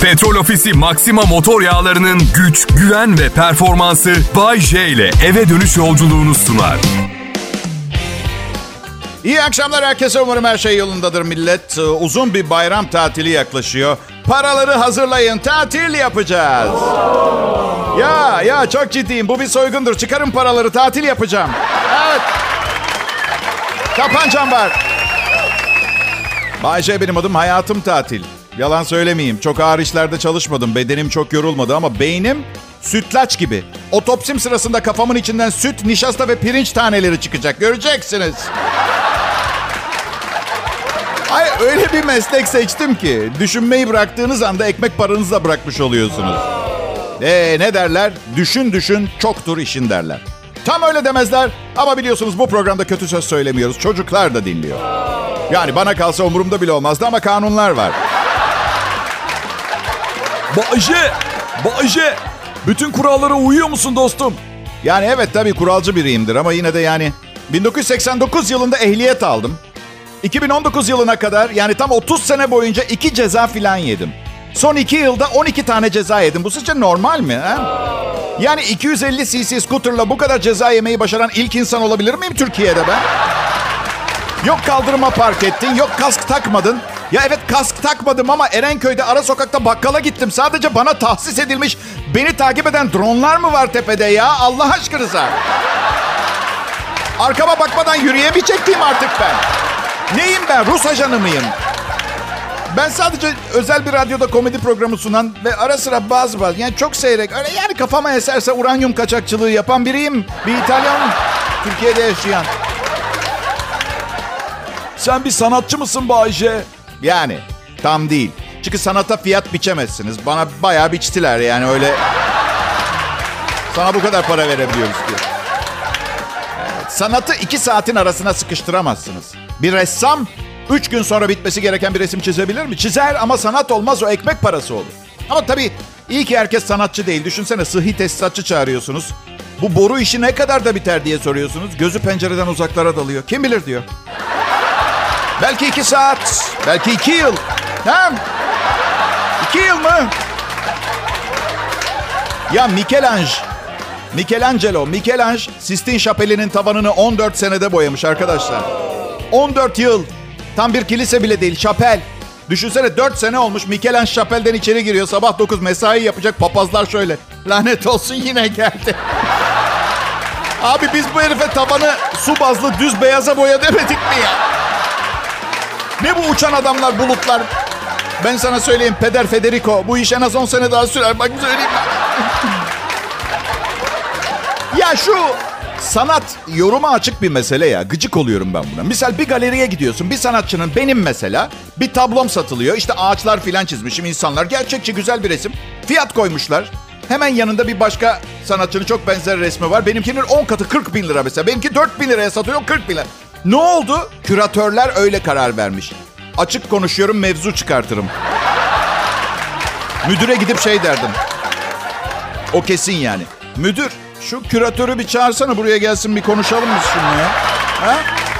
Petrol Ofisi Maxima motor yağlarının güç, güven ve performansı Bay J ile eve dönüş yolculuğunu sunar. İyi akşamlar herkese. Umarım her şey yolundadır millet. Uzun bir bayram tatili yaklaşıyor. Paraları hazırlayın. Tatil yapacağız. Ya çok ciddiyim. Bu bir soygundur. Çıkarın paraları. Tatil yapacağım. Evet. Tapancam var. Bay J benim adım. Hayatım tatil. Yalan söylemeyeyim. Çok ağır işlerde çalışmadım. Bedenim çok yorulmadı ama beynim sütlaç gibi. Otopsim sırasında kafamın içinden süt, nişasta ve pirinç taneleri çıkacak. Göreceksiniz. Ay öyle bir meslek seçtim ki düşünmeyi bıraktığınız anda ekmek paranızı da bırakmış oluyorsunuz. Ne derler? Düşün çoktur işin derler. Tam öyle demezler ama biliyorsunuz bu programda kötü söz söylemiyoruz. Çocuklar da dinliyor. Yani bana kalsa umurumda bile olmazdı ama kanunlar var. Bayce, bütün kurallara uyuyor musun dostum? Yani evet tabii kuralcı biriyimdir ama yine de yani 1989 yılında ehliyet aldım. 2019 yılına kadar yani tam 30 sene boyunca 2 ceza filan yedim. Son 2 yılda 12 tane ceza yedim. Bu sizce normal mi? He? Yani 250 cc scooter'la bu kadar ceza yemeyi başaran ilk insan olabilir miyim Türkiye'de ben? Yok kaldırıma park ettin, yok kask takmadın. Ya evet kask takmadım ama Erenköy'de ara sokakta bakkala gittim. Sadece bana tahsis edilmiş, beni takip eden dronlar mı var tepede ya? Allah aşkınıza. Arkama bakmadan yürüyemeyecek miyim artık ben? Neyim ben? Rus ajanı mıyım? Ben sadece özel bir radyoda komedi programı sunan ve ara sıra bazı yani çok seyrek öyle yani kafama eserse uranyum kaçakçılığı yapan biriyim. Bir İtalyan, Türkiye'de yaşayan. Sen bir sanatçı mısın Bayce? Yani tam değil. Çünkü sanata fiyat biçemezsiniz. Bana bayağı biçtiler yani öyle. Sana bu kadar para verebiliyoruz diye. Evet, sanatı 2 saatin arasına sıkıştıramazsınız. Bir ressam 3 gün sonra bitmesi gereken bir resim çizebilir mi? Çizer ama sanat olmaz, o ekmek parası olur. Ama tabii iyi ki herkes sanatçı değil. Düşünsene sıhhi tesisatçı çağırıyorsunuz. Bu boru işi ne kadar da biter diye soruyorsunuz. Gözü pencereden uzaklara dalıyor. Kim bilir diyor. Belki 2 saat, belki 2 yıl. Ha? 2 yıl mı? Ya Michelangelo Sistine Şapeli'nin tavanını 14 senede boyamış arkadaşlar. 14 yıl. Tam bir kilise bile değil, şapel. Düşünsene 4 sene olmuş Michelangelo şapelden içeri giriyor. Sabah 9 mesai yapacak, papazlar şöyle. Lanet olsun yine geldi. Abi biz bu herife tavanı su bazlı düz beyaza boya demedik mi ya? Ne bu uçan adamlar, bulutlar? Ben sana söyleyeyim Peder Federico. Bu iş en az 10 sene daha sürer. Bak söyleyeyim. Ya şu sanat yoruma açık bir mesele ya. Gıcık oluyorum ben buna. Misal bir galeriye gidiyorsun. Bir sanatçının, benim mesela, bir tablom satılıyor. İşte ağaçlar filan çizmişim, insanlar. Gerçekçi güzel bir resim. Fiyat koymuşlar. Hemen yanında bir başka sanatçının çok benzer resmi var. Benimkinin 10 katı 40 bin lira mesela. Benimki 4 bin liraya satıyor, 40 bin lira. Ne oldu? Küratörler öyle karar vermiş. Açık konuşuyorum, mevzu çıkartırım. Müdüre gidip şey derdim. O kesin yani. Müdür, şu küratörü bir çağırsana buraya gelsin, bir konuşalım biz şununla ya. Ha?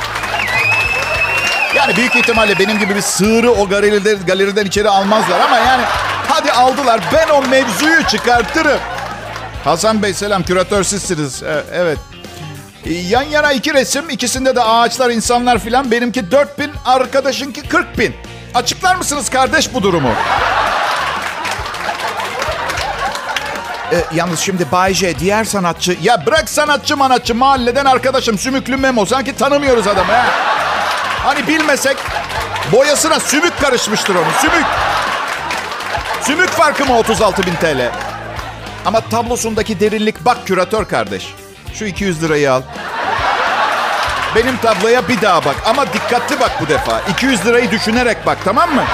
Yani büyük ihtimalle benim gibi bir sığırı o galeriden içeri almazlar ama yani hadi aldılar, ben o mevzuyu çıkartırım. Hasan Bey selam, küratör sizsiniz. Evet. Yan yana 2 resim, ikisinde de ağaçlar, insanlar filan. Benimki 4.000, arkadaşınki 40.000. Açıklar mısınız kardeş bu durumu? Yalnız şimdi Bay J, diğer sanatçı... Ya bırak sanatçı manatçı, mahalleden arkadaşım, sümüklü Memo. Sanki tanımıyoruz adamı ha. Hani bilmesek boyasına sümük karışmıştır onun, sümük. Sümük farkı mı 36.000 TL? Ama tablosundaki derinlik, bak küratör kardeş. Şu 200 lirayı al. Benim tabloya bir daha bak. Ama dikkatli bak bu defa. 200 lirayı düşünerek bak, tamam mı?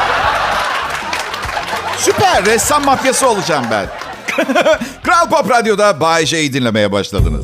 Süper. Ressam mafyası olacağım ben. Kral Pop Radyo'da Bay J'yi dinlemeye başladınız.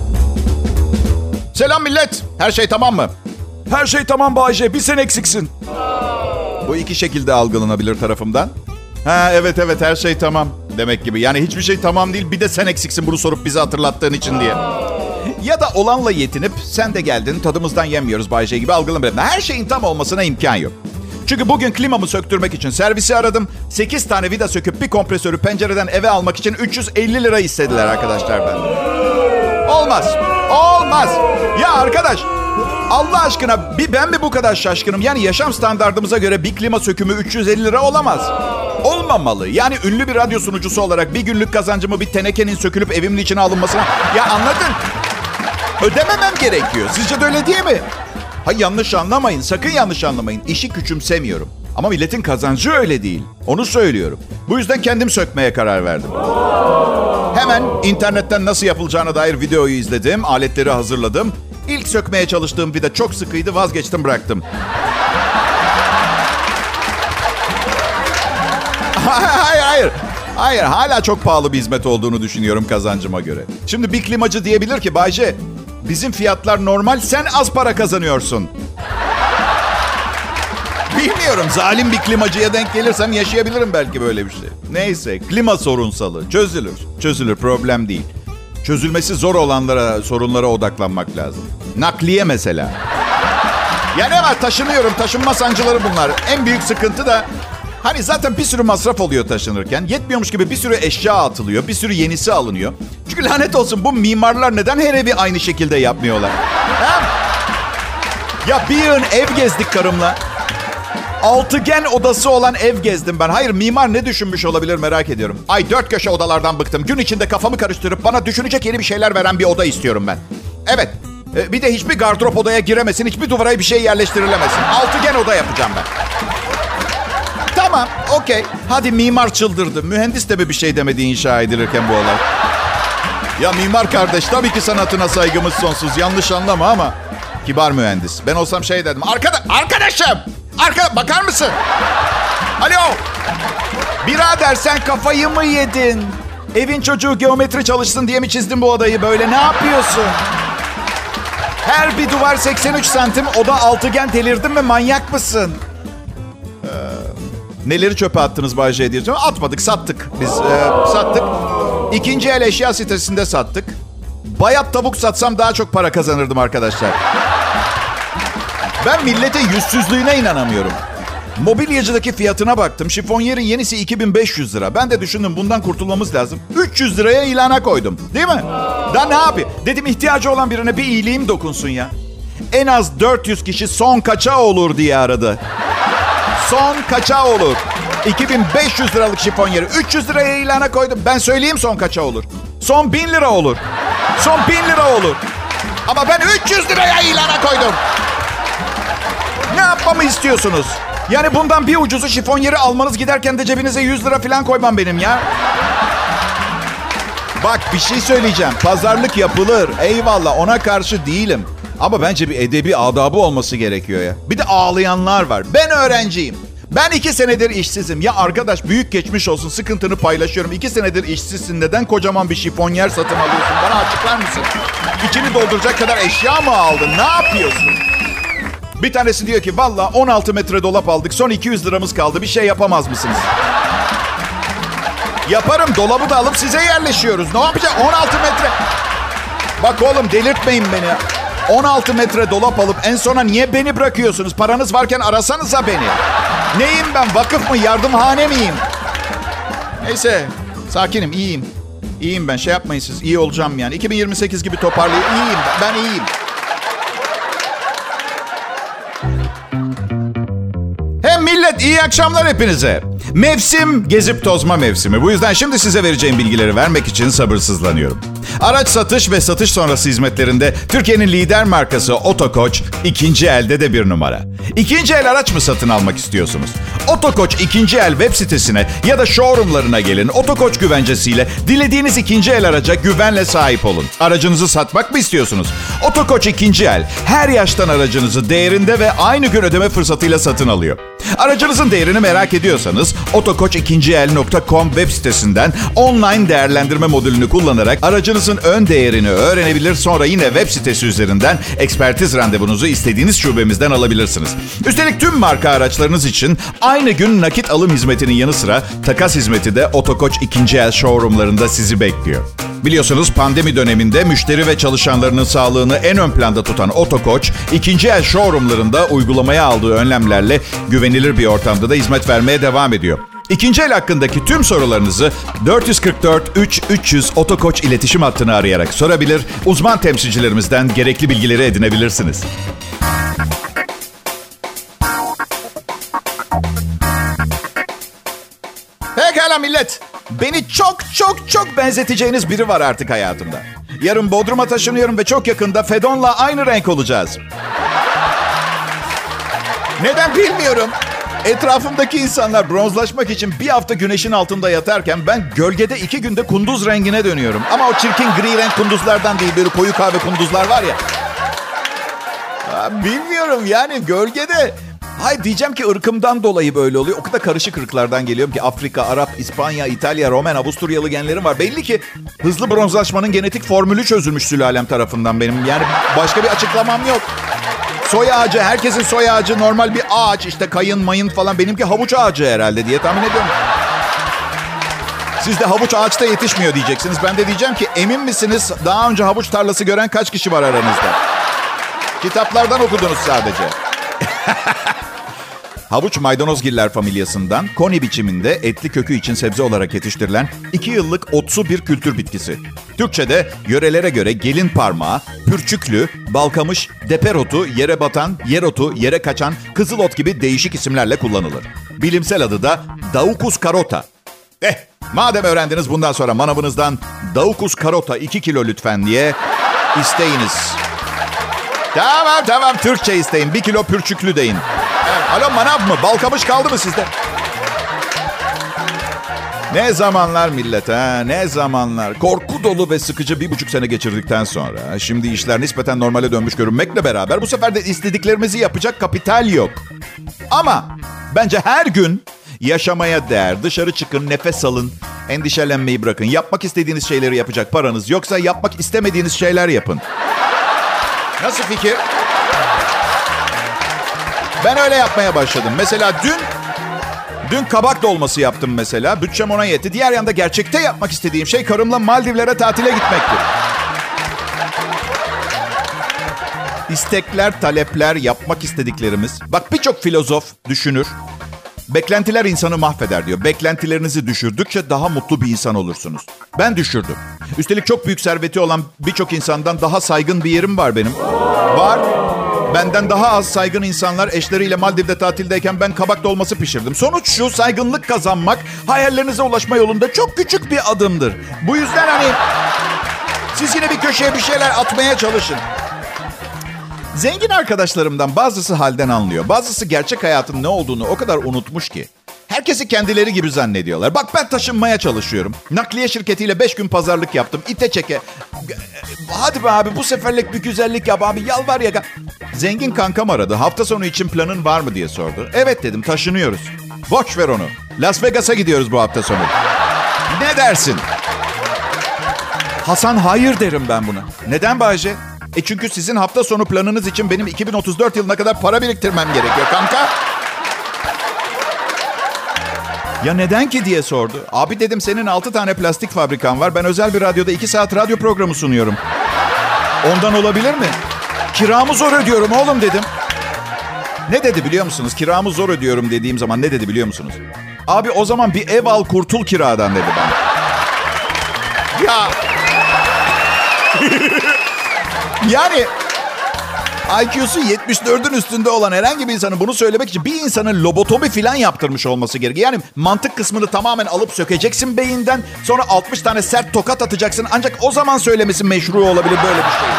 Selam millet. Her şey tamam mı? Her şey tamam Bayce. Bir sen eksiksin. Bu 2 şekilde algılanabilir tarafımdan. Ha evet her şey tamam demek gibi. Yani hiçbir şey tamam değil, bir de sen eksiksin bunu sorup bize hatırlattığın için diye. Ya da olanla yetinip sen de geldin tadımızdan yemiyoruz Bay J gibi algılanabilir. Her şeyin tam olmasına imkan yok. Çünkü bugün klimamı söktürmek için servisi aradım. 8 tane vida söküp bir kompresörü pencereden eve almak için 350 lira istediler arkadaşlar benden. Olmaz. Olmaz. Ya arkadaş, Allah aşkına ben mi bu kadar şaşkınım? Yani yaşam standardımıza göre bir klima sökümü 350 lira olamaz. Olmamalı. Yani ünlü bir radyo sunucusu olarak bir günlük kazancımı bir tenekenin sökülüp evimin içine alınmasına... Ya anladın? Ödememem gerekiyor. Sizce de öyle değil mi? Hayır, yanlış anlamayın. Sakın yanlış anlamayın. İşi küçümsemiyorum. Ama milletin kazancı öyle değil. Onu söylüyorum. Bu yüzden kendim sökmeye karar verdim. Hemen internetten nasıl yapılacağına dair videoyu izledim. Aletleri hazırladım. İlk sökmeye çalıştığım vida çok sıkıydı. Vazgeçtim, bıraktım. Hayır. Hala çok pahalı bir hizmet olduğunu düşünüyorum kazancıma göre. Şimdi bir klimacı diyebilir ki Bay J, bizim fiyatlar normal, sen az para kazanıyorsun. Bilmiyorum, zalim bir klimacıya denk gelirsem yaşayabilirim belki böyle bir şey. Neyse, klima sorunsalı. Çözülür, problem değil. Çözülmesi zor sorunlara odaklanmak lazım. Nakliye mesela. Ya ne var, taşınıyorum, taşınma sancıları bunlar. En büyük sıkıntı da hani zaten bir sürü masraf oluyor taşınırken. Yetmiyormuş gibi bir sürü eşya atılıyor, bir sürü yenisi alınıyor. Çünkü lanet olsun, bu mimarlar neden her evi aynı şekilde yapmıyorlar? Ha? Ya bir yığın ev gezdik karımla. Altıgen odası olan ev gezdim ben. Hayır, mimar ne düşünmüş olabilir merak ediyorum. Ay, 4 köşe odalardan bıktım. Gün içinde kafamı karıştırıp bana düşünecek yeni bir şeyler veren bir oda istiyorum ben. Evet. Bir de hiçbir gardırop odaya giremesin. Hiçbir duvara bir şey yerleştirilemesin. Altıgen oda yapacağım ben. Tamam, okey. Hadi mimar çıldırdı. Mühendis de bir şey demedi inşa edilirken bu olay. Ya mimar kardeş, tabii ki sanatına saygımız sonsuz. Yanlış anlama ama kibar mühendis. Ben olsam şey dedim. Arkadaşım! Bakar mısın? Alo! Birader, sen kafayı mı yedin? Evin çocuğu geometri çalışsın diye mi çizdin bu odayı böyle? Ne yapıyorsun? Her bir duvar 83 santim, oda altıgen, delirdin mi? Manyak mısın? Neleri çöpe attınız Bay J diyeceğim. Atmadık, sattık. Biz sattık. İkinci el eşya sitesinde sattık. Bayat tavuk satsam daha çok para kazanırdım arkadaşlar. Ben milletin yüzsüzlüğüne inanamıyorum. Mobilyacıdaki fiyatına baktım. Şifonyerin yenisi 2500 lira. Ben de düşündüm, bundan kurtulmamız lazım. 300 liraya ilana koydum. Değil mi? Daha ne yapayım? Dedim, ihtiyacı olan birine bir iyiliğim dokunsun ya. En az 400 kişi son kaça olur diye aradı. Son kaça olur? 2500 liralık şifonyeri 300 liraya ilana koydum. Ben söyleyeyim son kaça olur. Son 1000 lira olur. Son 1000 lira olur. Ama ben 300 liraya ilana koydum. Ne yapmamı istiyorsunuz? Yani bundan bir ucuzu şifonyeri almanız, giderken de cebinize 100 lira falan koymam benim ya. Bak, bir şey söyleyeceğim. Pazarlık yapılır. Eyvallah, ona karşı değilim. Ama bence bir edebi adabı olması gerekiyor ya. Bir de ağlayanlar var. Ben öğrenciyim. Ben 2 senedir işsizim. Ya arkadaş, büyük geçmiş olsun, sıkıntını paylaşıyorum. 2 senedir işsizsin. Neden kocaman bir şifonyer satın alıyorsun? Bana açıklar mısın? İçini dolduracak kadar eşya mı aldın? Ne yapıyorsun? Bir tanesi diyor ki, valla 16 metre dolap aldık. Son 200 liramız kaldı. Bir şey yapamaz mısınız? Yaparım. Dolabı da alıp size yerleşiyoruz. Ne yapacağım? 16 metre. Bak oğlum, delirtmeyin beni. 16 metre dolap alıp en sona niye beni bırakıyorsunuz? Paranız varken arasanıza beni. Neyim ben? Vakıf mı? Yardımhane miyim? Neyse. Sakinim. İyiyim. İyiyim ben. Şey yapmayın siz. İyi olacağım yani. 2028 gibi toparlayayım. İyiyim. Ben iyiyim. Millet, iyi akşamlar hepinize. Mevsim gezip tozma mevsimi. Bu yüzden şimdi size vereceğim bilgileri vermek için sabırsızlanıyorum. Araç satış ve satış sonrası hizmetlerinde Türkiye'nin lider markası Otokoç ikinci elde de bir numara. İkinci el araç mı satın almak istiyorsunuz? Otokoç ikinci el web sitesine ya da showroomlarına gelin. Otokoç güvencesiyle dilediğiniz ikinci el araca güvenle sahip olun. Aracınızı satmak mı istiyorsunuz? Otokoç ikinci el her yaştan aracınızı değerinde ve aynı gün ödeme fırsatıyla satın alıyor. Aracınızın değerini merak ediyorsanız otokoç2el.com web sitesinden online değerlendirme modülünü kullanarak aracınızı Arabanızın ön değerini öğrenebilir, sonra yine web sitesi üzerinden ekspertiz randevunuzu istediğiniz şubemizden alabilirsiniz. Üstelik tüm marka araçlarınız için aynı gün nakit alım hizmetinin yanı sıra takas hizmeti de Otokoç ikinci el showroomlarında sizi bekliyor. Biliyorsunuz pandemi döneminde müşteri ve çalışanlarının sağlığını en ön planda tutan Otokoç, ikinci el showroomlarında uygulamaya aldığı önlemlerle güvenilir bir ortamda da hizmet vermeye devam ediyor. İkinci el hakkındaki tüm sorularınızı 444 3300 Otokoç iletişim hattını arayarak sorabilir, uzman temsilcilerimizden gerekli bilgileri edinebilirsiniz. Pekala millet. Beni çok benzeteceğiniz biri var artık hayatımda. Yarın Bodrum'a taşınıyorum ve çok yakında Fedon'la aynı renk olacağız. Neden bilmiyorum. Etrafımdaki insanlar bronzlaşmak için bir hafta güneşin altında yatarken ben gölgede 2 günde kunduz rengine dönüyorum. Ama o çirkin gri renk kunduzlardan değil, böyle koyu kahve kunduzlar var ya. Bilmiyorum yani gölgede. Hayır, diyeceğim ki ırkımdan dolayı böyle oluyor. O kadar karışık ırklardan geliyorum ki Afrika, Arap, İspanya, İtalya, Romen, Avusturyalı genlerim var. Belli ki hızlı bronzlaşmanın genetik formülü çözülmüş sülalem tarafından benim. Yani başka bir açıklamam yok. Soy ağacı, herkesin soy ağacı normal bir ağaç. İşte kayın, mayın falan. Benimki havuç ağacı herhalde diye tahmin ediyorum. Siz de havuç ağaçta yetişmiyor diyeceksiniz. Ben de diyeceğim ki emin misiniz daha önce havuç tarlası gören kaç kişi var aranızda? Kitaplardan okudunuz sadece. Havuç maydanozgiller familyasından koni biçiminde etli kökü için sebze olarak yetiştirilen 2 yıllık otsu bir kültür bitkisi. Türkçe'de yörelere göre gelin parmağı, pürçüklü, balkamış, deperotu, yere batan, yerotu, yere kaçan, kızılot gibi değişik isimlerle kullanılır. Bilimsel adı da Daucus carota. Madem öğrendiniz, bundan sonra manavınızdan Daucus carota 2 kilo lütfen diye isteyiniz. Tamam Türkçe isteyin. 1 kilo pürçüklü deyin. Alo manav mı? Balkamış kaldı mı sizde? Ne zamanlar millet ha? Ne zamanlar? Korku dolu ve sıkıcı 1,5 sene geçirdikten sonra şimdi işler nispeten normale dönmüş görünmekle beraber bu sefer de istediklerimizi yapacak kapital yok. Ama bence her gün yaşamaya değer. Dışarı çıkın, nefes alın, endişelenmeyi bırakın. Yapmak istediğiniz şeyleri yapacak paranız yoksa yapmak istemediğiniz şeyler yapın. Nasıl fikir? Ben öyle yapmaya başladım. Mesela dün kabak dolması yaptım mesela. Bütçem ona yetti. Diğer yanda gerçekte yapmak istediğim şey karımla Maldivlere tatile gitmekti. İstekler, talepler, yapmak istediklerimiz. Bak birçok filozof düşünür. Beklentiler insanı mahveder diyor. Beklentilerinizi düşürdükçe daha mutlu bir insan olursunuz. Ben düşürdüm. Üstelik çok büyük serveti olan birçok insandan daha saygın bir yerim var benim. Var. Benden daha az saygın insanlar eşleriyle Maldiv'de tatildeyken ben kabak dolması pişirdim. Sonuç şu: saygınlık kazanmak hayallerinize ulaşma yolunda çok küçük bir adımdır. Bu yüzden hani siz yine bir köşeye bir şeyler atmaya çalışın. Zengin arkadaşlarımdan bazısı halden anlıyor. Bazısı gerçek hayatın ne olduğunu o kadar unutmuş ki. Herkesi kendileri gibi zannediyorlar. Bak ben taşınmaya çalışıyorum. Nakliye şirketiyle 5 gün pazarlık yaptım. İte çeke. Hadi be abi, bu seferlik bir güzellik yap abi, yalvar ya. Zengin kankam aradı. Hafta sonu için planın var mı diye sordu. Evet dedim, taşınıyoruz. Boş ver onu. Las Vegas'a gidiyoruz bu hafta sonu. Ne dersin? Hasan hayır derim ben buna. Neden Bayce? Çünkü sizin hafta sonu planınız için benim 2034 yılına kadar para biriktirmem gerekiyor kanka. Ya neden ki diye sordu. Abi dedim, senin 6 tane plastik fabrikan var. Ben özel bir radyoda 2 saat radyo programı sunuyorum. Ondan olabilir mi? Kiramı zor ödüyorum oğlum dedim. Ne dedi biliyor musunuz? Kiramı zor ödüyorum dediğim zaman ne dedi biliyor musunuz? Abi o zaman bir ev al, kurtul kiradan dedi bana. Ya. Yani IQ'su 74'ün üstünde olan herhangi bir insanın bunu söylemek için bir insanın lobotomi falan yaptırmış olması gerekiyor. Yani mantık kısmını tamamen alıp sökeceksin beyinden. Sonra 60 tane sert tokat atacaksın. Ancak o zaman söylemesi meşru olabilir böyle bir şey.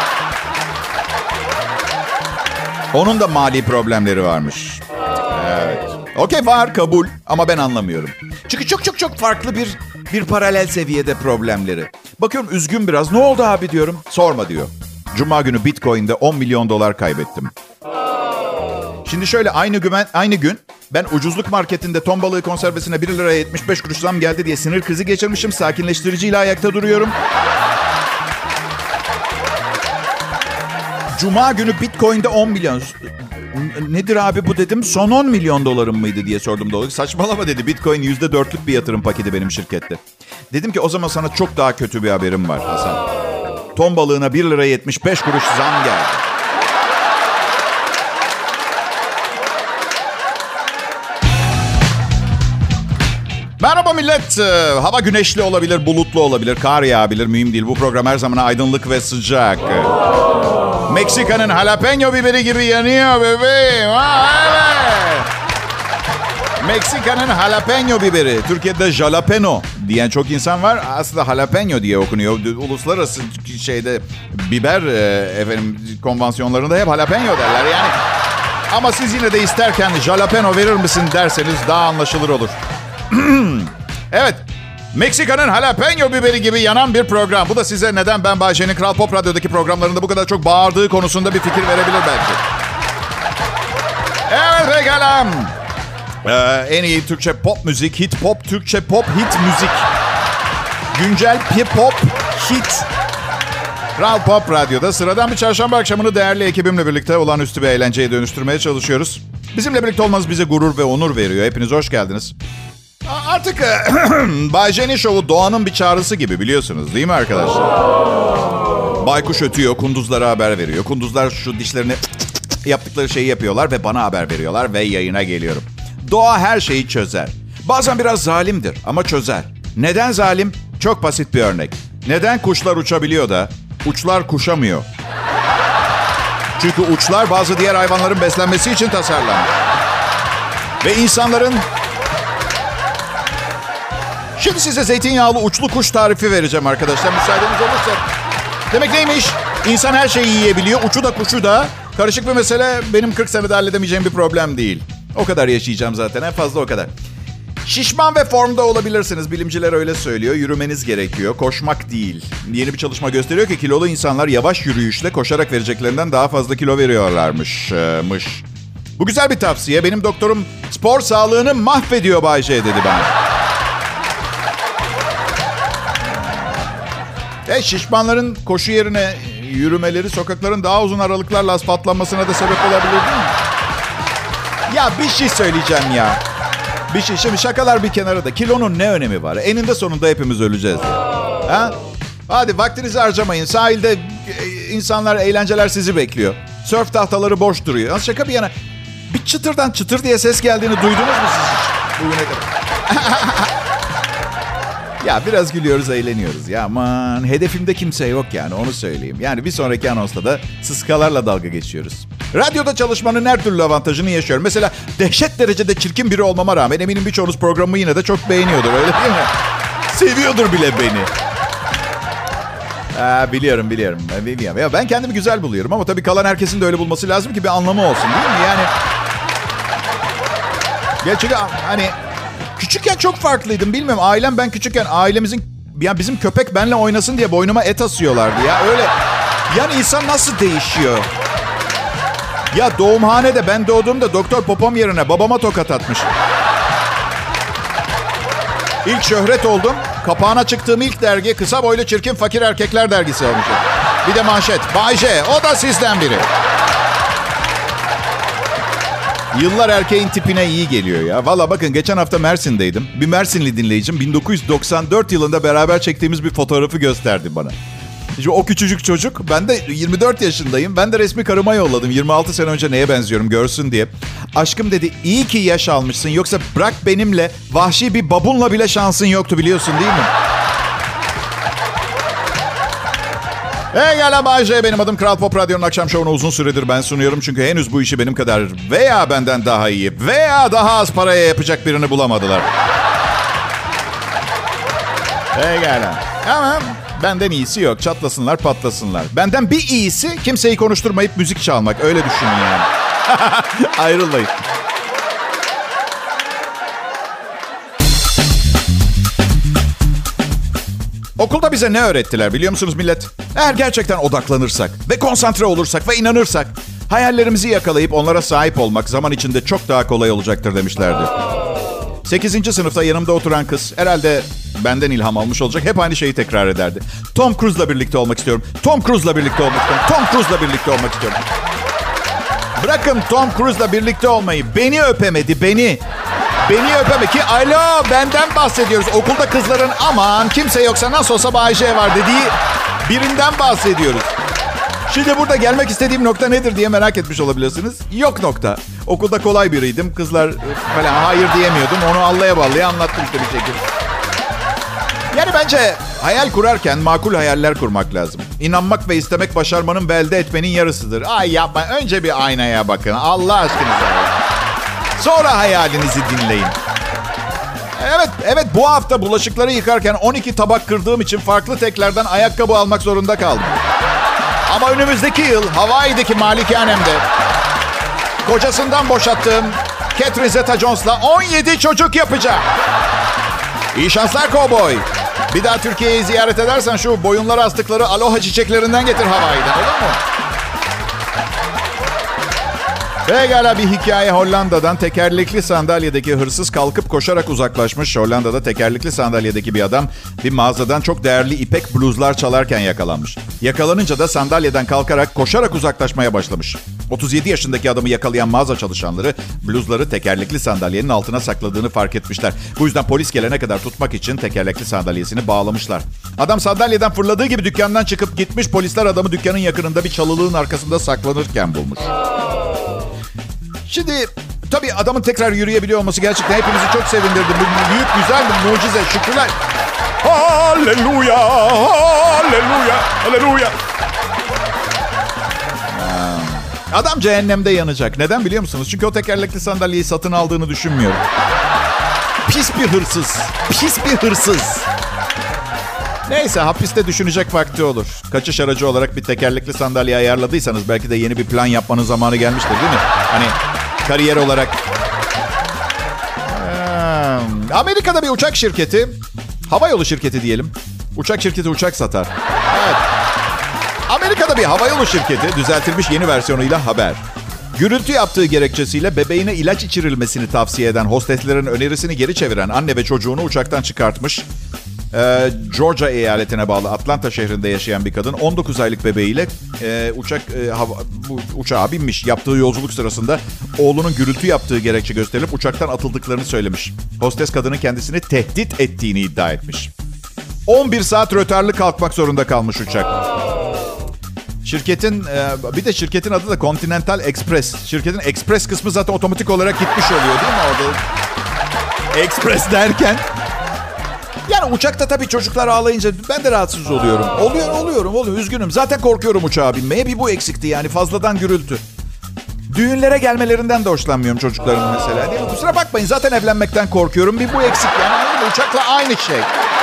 Onun da mali problemleri varmış. Evet. Okey, var, kabul, ama ben anlamıyorum. Çünkü çok farklı bir paralel seviyede problemleri. Bakıyorum üzgün biraz. Ne oldu abi diyorum. Sorma diyor. Cuma günü Bitcoin'de 10 milyon dolar kaybettim. Şimdi şöyle, aynı gün ben ucuzluk marketinde ton balığı konservesine 1 liraya 75 kuruş zam geldi diye sinir krizi geçirmişim. Sakinleştiriciyle ayakta duruyorum. Cuma günü Bitcoin'de 10 milyon. Nedir abi bu dedim. Son 10 milyon dolarım mıydı diye sordum dolar. Saçmalama dedi. Bitcoin %4'lük bir yatırım paketi benim şirkette. Dedim ki o zaman sana çok daha kötü bir haberim var Hasan. Ton balığına 1 lira 75 kuruş zam geldi. Merhaba millet. Hava güneşli olabilir, bulutlu olabilir, kar yağabilir. Mühim değil. Bu program her zaman aydınlık ve sıcak. Meksika'nın jalapeno biberi gibi yanıyor bebeğim. Evet. Meksika'nın jalapeno biberi. Türkiye'de jalapeno diyen çok insan var. Aslında jalapeno diye okunuyor. Uluslararası şeyde biber konvansiyonlarında hep jalapeno derler. Yani ama siz yine de isterken jalapeno verir misin derseniz daha anlaşılır olur. Evet. Meksika'nın jalapeno biberi gibi yanan bir program. Bu da size neden ben Bay J'nin Kral Pop Radyo'daki programlarında bu kadar çok bağırdığı konusunda bir fikir verebilir belki. Evet pekala. En iyi Türkçe pop müzik, hit pop, Türkçe pop, hit müzik. Güncel pop, hit. Kral Pop Radyo'da sıradan bir çarşamba akşamını değerli ekibimle birlikte olağanüstü bir eğlenceye dönüştürmeye çalışıyoruz. Bizimle birlikte olmanız bize gurur ve onur veriyor. Hepiniz hoş geldiniz. Artık Bay J'nin şovu doğanın bir çağrısı gibi biliyorsunuz değil mi arkadaşlar? Baykuş ötüyor, kunduzlara haber veriyor. Kunduzlar şu dişlerini yaptıkları şeyi yapıyorlar ve bana haber veriyorlar ve yayına geliyorum. Doğa her şeyi çözer. Bazen biraz zalimdir ama çözer. Neden zalim? Çok basit bir örnek. Neden kuşlar uçabiliyor da uçlar kuşamıyor? Çünkü uçlar bazı diğer hayvanların beslenmesi için tasarlanmış. Ve insanların... Şimdi size zeytinyağlı uçlu kuş tarifi vereceğim arkadaşlar. Müsaadeniz olursa. Demek neymiş? İnsan her şeyi yiyebiliyor. Uçu da kuşu da. Karışık bir mesele. Benim 40 senede halledemeyeceğim bir problem değil. O kadar yaşayacağım zaten. En fazla o kadar. Şişman ve formda olabilirsiniz. Bilimciler öyle söylüyor. Yürümeniz gerekiyor. Koşmak değil. Yeni bir çalışma gösteriyor ki kilolu insanlar yavaş yürüyüşle koşarak vereceklerinden daha fazla kilo veriyorlarmış. Bu güzel bir tavsiye. Benim doktorum spor sağlığını mahvediyor Bay J dedi bana. Şişmanların koşu yerine yürümeleri sokakların daha uzun aralıklarla asfaltlanmasına da sebep olabilir değil mi? Ya bir şey söyleyeceğim ya. Bir şey. Şimdi şakalar bir kenara da. Kilonun ne önemi var? Eninde sonunda hepimiz öleceğiz. Ha? Hadi vaktinizi harcamayın. Sahilde insanlar, eğlenceler sizi bekliyor. Sörf tahtaları boş duruyor. Şaka bir yana. Bir çıtırdan çıtır diye ses geldiğini duydunuz mu siz hiç? Bugüne kadar. Ya biraz gülüyoruz, eğleniyoruz. Ya aman hedefimde kimse yok yani onu söyleyeyim. Yani bir sonraki anonsta da sıskalarla dalga geçiyoruz. Radyoda çalışmanın her türlü avantajını yaşıyorum. Mesela dehşet derecede çirkin biri olmama rağmen eminim birçoğunuz programımı yine de çok beğeniyordur öyle değil mi? Seviyordur bile beni. Biliyorum. Ya ben kendimi güzel buluyorum ama tabii kalan herkesin de öyle bulması lazım ki bir anlamı olsun değil mi? Yani gerçekten hani küçükken çok farklıydım bilmiyorum. Ailem ben küçükken bizim köpek benle oynasın diye boynuma et asıyorlardı ya. Öyle yani insan nasıl değişiyor? Ya doğumhanede ben doğduğumda doktor popom yerine babama tokat atmış. İlk şöhret oldum. Kapağına çıktığım ilk dergi kısa boylu çirkin fakir erkekler dergisi olmuş. Bir de manşet. Bay J, o da sizden biri. Yıllar erkeğin tipine iyi geliyor ya. Valla bakın geçen hafta Mersin'deydim. Bir Mersinli dinleyicim 1994 yılında beraber çektiğimiz bir fotoğrafı gösterdi bana. İşte o küçücük çocuk. Ben de 24 yaşındayım. Ben de resmi karıma yolladım. 26 sene önce neye benziyorum görsün diye. Aşkım dedi iyi ki yaş almışsın. Yoksa bırak benimle vahşi bir babunla bile şansın yoktu biliyorsun değil mi? Hey gala Bay J, benim adım Kral Pop Radyo'nun akşam şovunu uzun süredir ben sunuyorum. Çünkü henüz bu işi benim kadar veya benden daha iyi veya daha az paraya yapacak birini bulamadılar. Hey gala. Ama benden iyisi yok. Çatlasınlar patlasınlar. Benden bir iyisi kimseyi konuşturmayıp müzik çalmak. Öyle düşünün yani. Ayrılmayın. Okulda bize ne öğrettiler biliyor musunuz millet? Eğer gerçekten odaklanırsak ve konsantre olursak ve inanırsak hayallerimizi yakalayıp onlara sahip olmak zaman içinde çok daha kolay olacaktır demişlerdi. 8. sınıfta yanımda oturan kız herhalde benden ilham almış olacak. Hep aynı şeyi tekrar ederdi. Tom Cruise'la birlikte olmak istiyorum. Tom Cruise'la birlikte olmak istiyorum. Tom Cruise'la birlikte olmak istiyorum. Bırakın Tom Cruise'la birlikte olmayı. Beni öpemedi, beni. Beni öpemedi ki alo benden bahsediyoruz. Okulda kızların aman kimse yoksa nasıl olsa Bay J var dediği birinden bahsediyoruz. Şimdi burada gelmek istediğim nokta nedir diye merak etmiş olabilirsiniz. Yok nokta. Okulda kolay biriydim. Kızlar falan hayır diyemiyordum. Onu allaya ballaya anlattım işte bir şekilde. Yani bence hayal kurarken makul hayaller kurmak lazım. İnanmak ve istemek başarmanın ve elde etmenin yarısıdır. Ay yapma. Önce bir aynaya bakın. Allah aşkınıza. Sonra hayalinizi dinleyin. Evet bu hafta bulaşıkları yıkarken 12 tabak kırdığım için farklı teklerden ayakkabı almak zorunda kaldım. Ama önümüzdeki yıl Hawaii'deki malikanemde kocasından boşattığım Catherine Zeta-Jones'la 17 çocuk yapacağım. İyi şanslar kovboy. Bir daha Türkiye'yi ziyaret edersen şu boyunlara astıkları aloha çiçeklerinden getir Hawaii'den, olur mu? Pekala, bir hikaye Hollanda'dan. Tekerlekli sandalyedeki hırsız kalkıp koşarak uzaklaşmış. Hollanda'da tekerlekli sandalyedeki bir adam bir mağazadan çok değerli ipek bluzlar çalarken yakalanmış. Yakalanınca da sandalyeden kalkarak koşarak uzaklaşmaya başlamış. 37 yaşındaki adamı yakalayan mağaza çalışanları bluzları tekerlekli sandalyenin altına sakladığını fark etmişler. Bu yüzden polis gelene kadar tutmak için tekerlekli sandalyesini bağlamışlar. Adam sandalyeden fırladığı gibi dükkandan çıkıp gitmiş. Polisler adamı dükkanın yakınında bir çalılığın arkasında saklanırken bulmuş. Şimdi tabii adamın tekrar yürüyebiliyor olması gerçekten hepimizi çok sevindirdi. Bu büyük, güzel bir mucize. Şükürler. Halleluya, halleluya, halleluya. Adam cehennemde yanacak. Neden biliyor musunuz? Çünkü o tekerlekli sandalyeyi satın aldığını düşünmüyorum. Pis bir hırsız. Pis bir hırsız. Neyse, hapiste düşünecek vakti olur. Kaçış aracı olarak bir tekerlekli sandalye ayarladıysanız belki de yeni bir plan yapmanın zamanı gelmiştir, değil mi? Hani kariyer olarak. Amerika'da bir uçak şirketi, havayolu şirketi diyelim. Uçak şirketi uçak satar. Evet. Amerika'da bir havayolu şirketi düzeltilmiş yeni versiyonuyla haber. Gürültü yaptığı gerekçesiyle bebeğine ilaç içirilmesini tavsiye eden hosteslerin önerisini geri çeviren anne ve çocuğunu uçaktan çıkartmış. Georgia eyaletine bağlı Atlanta şehrinde yaşayan bir kadın 19 aylık bebeğiyle uçağa binmiş. Yaptığı yolculuk sırasında oğlunun gürültü yaptığı gerekçe gösterilip uçaktan atıldıklarını söylemiş. Hostes kadının kendisini tehdit ettiğini iddia etmiş. 11 saat rötarlı kalkmak zorunda kalmış uçak. Şirketin adı da Continental Express. Şirketin Express kısmı zaten otomatik olarak gitmiş oluyor, değil mi orada? Express derken. Yani uçakta tabii çocuklar ağlayınca ben de rahatsız oluyorum. Oluyorum. Üzgünüm. Zaten korkuyorum uçağa binmeye. Bir bu eksikti yani, fazladan gürültü. Düğünlere gelmelerinden de hoşlanmıyorum çocukların mesela. Değil mi? Kusura bakmayın, zaten evlenmekten korkuyorum. Bir bu eksik yani. Uçakla aynı şey.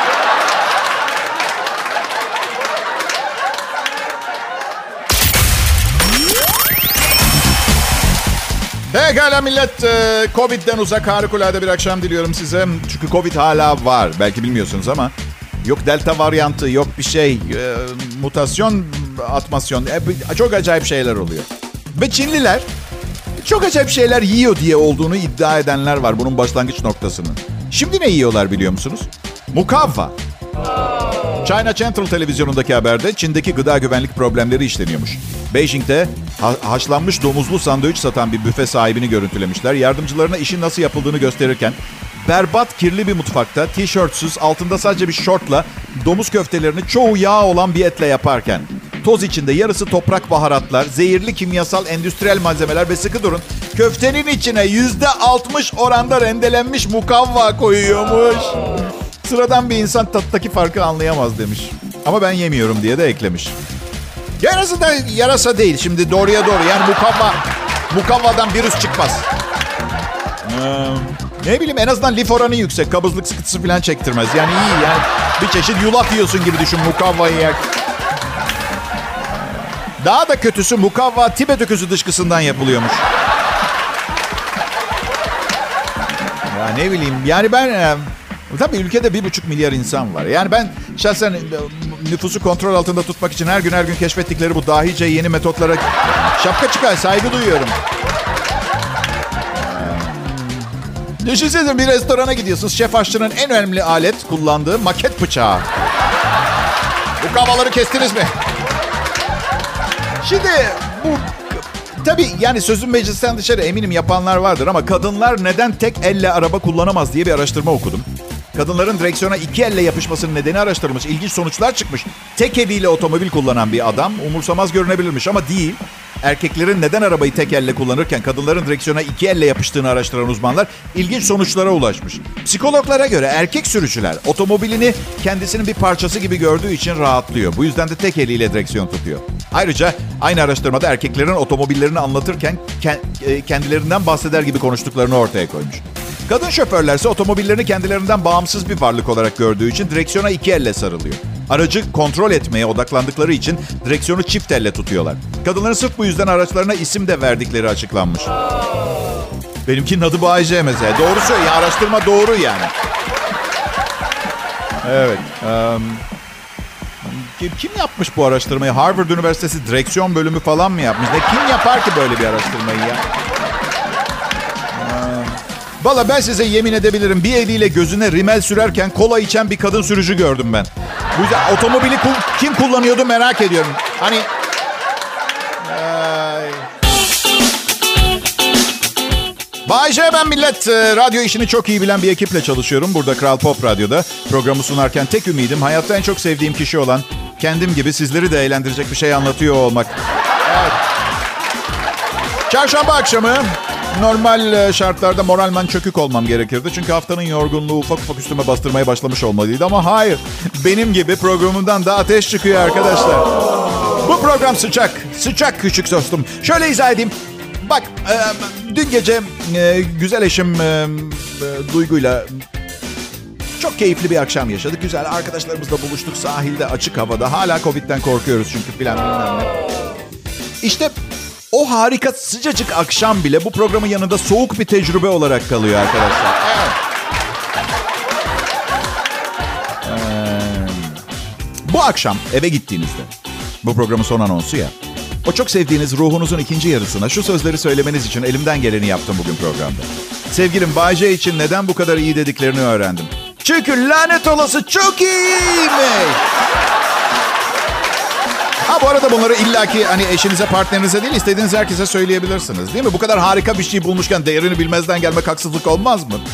Pekala millet, Covid'den uzak harikulade bir akşam diliyorum size. Çünkü Covid hala var. Belki bilmiyorsunuz ama. Yok delta varyantı, yok bir şey. Mutasyon, atmasyon. Çok acayip şeyler oluyor. Ve Çinliler çok acayip şeyler yiyor diye olduğunu iddia edenler var. Bunun başlangıç noktasının. Şimdi ne yiyorlar biliyor musunuz? Mukavva. China Central televizyonundaki haberde Çin'deki gıda güvenlik problemleri işleniyormuş. Beijing'de haşlanmış domuzlu sandviç satan bir büfe sahibini görüntülemişler. Yardımcılarına işin nasıl yapıldığını gösterirken berbat, kirli bir mutfakta tişörtsüz, altında sadece bir şortla domuz köftelerini çoğu yağ olan bir etle yaparken toz içinde yarısı toprak baharatlar, zehirli kimyasal endüstriyel malzemeler ve sıkı durun köftenin içine %60 oranda rendelenmiş mukavva koyuyormuş. Sıradan bir insan tattaki farkı anlayamaz demiş. Ama ben yemiyorum diye de eklemiş. Yarası da yarasa değil. Şimdi doğruya doğru. Yani mukavvadan virüs çıkmaz. Ne bileyim, en azından lif oranı yüksek. Kabızlık sıkıntısı falan çektirmez. Yani iyi yani. Bir çeşit yulaf yiyorsun gibi düşün mukavvayı yer. Daha da kötüsü mukavva Tibet öküzü dışkısından yapılıyormuş. Ya ne bileyim. Yani ben... Tabii ülkede 1,5 milyar insan var. Yani ben şahsen nüfusu kontrol altında tutmak için her gün keşfettikleri bu dahice yeni metotlara şapka çıkar, saygı duyuyorum. Düşünsenize bir restorana gidiyorsunuz. Şef aşçının en önemli alet kullandığı maket bıçağı. Bu kavaları kestiniz mi? Şimdi bu... Tabii yani sözün meclisten dışarı eminim yapanlar vardır ama kadınlar neden tek elle araba kullanamaz diye bir araştırma okudum. Kadınların direksiyona iki elle yapışmasının nedeni araştırılmış. İlginç sonuçlar çıkmış. Tek eliyle otomobil kullanan bir adam umursamaz görünebilirmiş ama değil. Erkeklerin neden arabayı tek elle kullanırken kadınların direksiyona iki elle yapıştığını araştıran uzmanlar ilginç sonuçlara ulaşmış. Psikologlara göre erkek sürücüler otomobilini kendisinin bir parçası gibi gördüğü için rahatlıyor. Bu yüzden de tek eliyle direksiyon tutuyor. Ayrıca aynı araştırmada erkeklerin otomobillerini anlatırken kendilerinden bahseder gibi konuştuklarını ortaya koymuş. Kadın şoförlerse otomobillerini kendilerinden bağımsız bir varlık olarak gördüğü için direksiyona iki elle sarılıyor. Aracı kontrol etmeye odaklandıkları için direksiyonu çift elle tutuyorlar. Kadınların sırf bu yüzden araçlarına isim de verdikleri açıklanmış. Benimkinin adı Bay J mesela. Doğru söylüyor. Araştırma doğru yani. Evet. Kim yapmış bu araştırmayı? Harvard Üniversitesi direksiyon bölümü falan mı yapmış? Kim yapar ki böyle bir araştırmayı ya? Valla ben size yemin edebilirim. Bir eliyle gözüne rimel sürerken kola içen bir kadın sürücü gördüm ben. Bu yüzden otomobili kim kullanıyordu merak ediyorum. Hani... Bay J ben millet. Radyo işini çok iyi bilen bir ekiple çalışıyorum. Burada Kral Pop Radyo'da. Programı sunarken tek ümidim hayatta en çok sevdiğim kişi olan kendim gibi sizleri de eğlendirecek bir şey anlatıyor olmak. Evet. Çarşamba akşamı normal şartlarda moralmen çökük olmam gerekirdi. Çünkü haftanın yorgunluğu ufak ufak üstüme bastırmaya başlamış olmalıydı. Ama hayır. Benim gibi programımdan da ateş çıkıyor arkadaşlar. Bu program sıcak. Sıcak küçük dostum. Şöyle izah edeyim. Bak dün gece güzel eşim Duygu'yla çok keyifli bir akşam yaşadık. Güzel arkadaşlarımızla buluştuk sahilde açık havada. Hala Covid'den korkuyoruz çünkü filan. İşte o harika sıcacık akşam bile bu programın yanında soğuk bir tecrübe olarak kalıyor arkadaşlar. Evet. Bu akşam eve gittiğinizde, bu programın son anonsu ya. O çok sevdiğiniz ruhunuzun ikinci yarısına şu sözleri söylemeniz için elimden geleni yaptım bugün programda. Sevgilim Bay J için neden bu kadar iyi dediklerini öğrendim. Çünkü lanet olası çok iyiymiş. Ha bu arada bunları illaki hani eşinize, partnerinize değil, istediğiniz herkese söyleyebilirsiniz. Değil mi? Bu kadar harika bir şey bulmuşken değerini bilmezden gelmek haksızlık olmaz mı?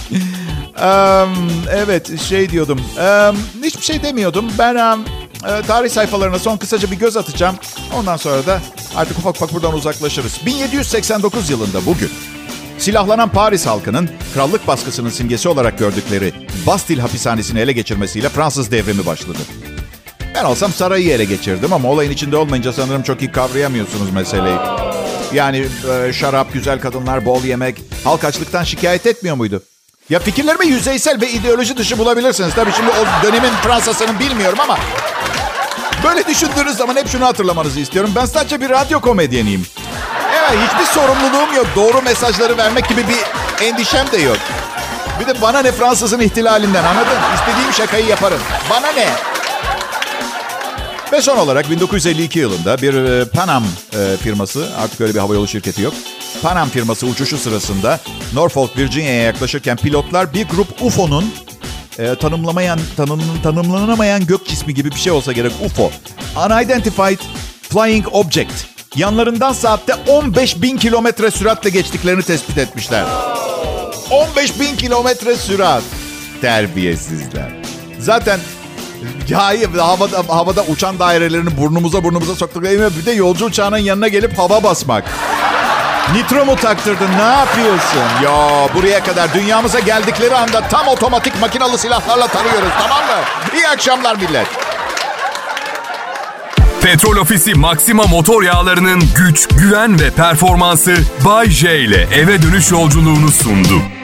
Evet, şey diyordum. Hiçbir şey demiyordum. Ben tarih sayfalarına son kısaca bir göz atacağım. Ondan sonra da artık ufak ufak buradan uzaklaşırız. 1789 yılında bugün silahlanan Paris halkının krallık baskısının simgesi olarak gördükleri Bastille hapishanesini ele geçirmesiyle Fransız devrimi başladı. Ben olsam sarayı ele geçirdim ama olayın içinde olmayınca sanırım çok iyi kavrayamıyorsunuz meseleyi. Yani şarap, güzel kadınlar, bol yemek, halk açlıktan şikayet etmiyor muydu? Ya fikirlerimi yüzeysel ve ideoloji dışı bulabilirsiniz. Tabii şimdi o dönemin Fransa'sını bilmiyorum ama böyle düşündüğünüz zaman hep şunu hatırlamanızı istiyorum. Ben sadece bir radyo komedyeniyim. Evet, hiçbir sorumluluğum yok. Doğru mesajları vermek gibi bir endişem de yok. Bir de bana ne Fransız'ın ihtilalinden, anladın? İstediğim şakayı yaparım. Bana ne? Ve son olarak 1952 yılında bir Pan Am firması, artık öyle bir havayolu şirketi yok. Pan Am firması uçuşu sırasında Norfolk, Virginia'ya yaklaşırken pilotlar bir grup UFO'nun tanımlanamayan gök cismi gibi bir şey olsa gerek UFO. Unidentified Flying Object. Yanlarından saatte 15.000 kilometre süratle geçtiklerini tespit etmişler. 15.000 kilometre sürat. Terbiyesizler. Zaten havada uçan dairelerini burnumuza soktukları, bir de yolcu uçağının yanına gelip hava basmak. Nitro mu taktırdın? Ne yapıyorsun? Ya buraya kadar dünyamıza geldikleri anda tam otomatik makinalı silahlarla tarıyoruz, tamam mı? İyi akşamlar millet. Petrol Ofisi Maxima motor yağlarının güç, güven ve performansı Bay J ile eve dönüş yolculuğunu sundu.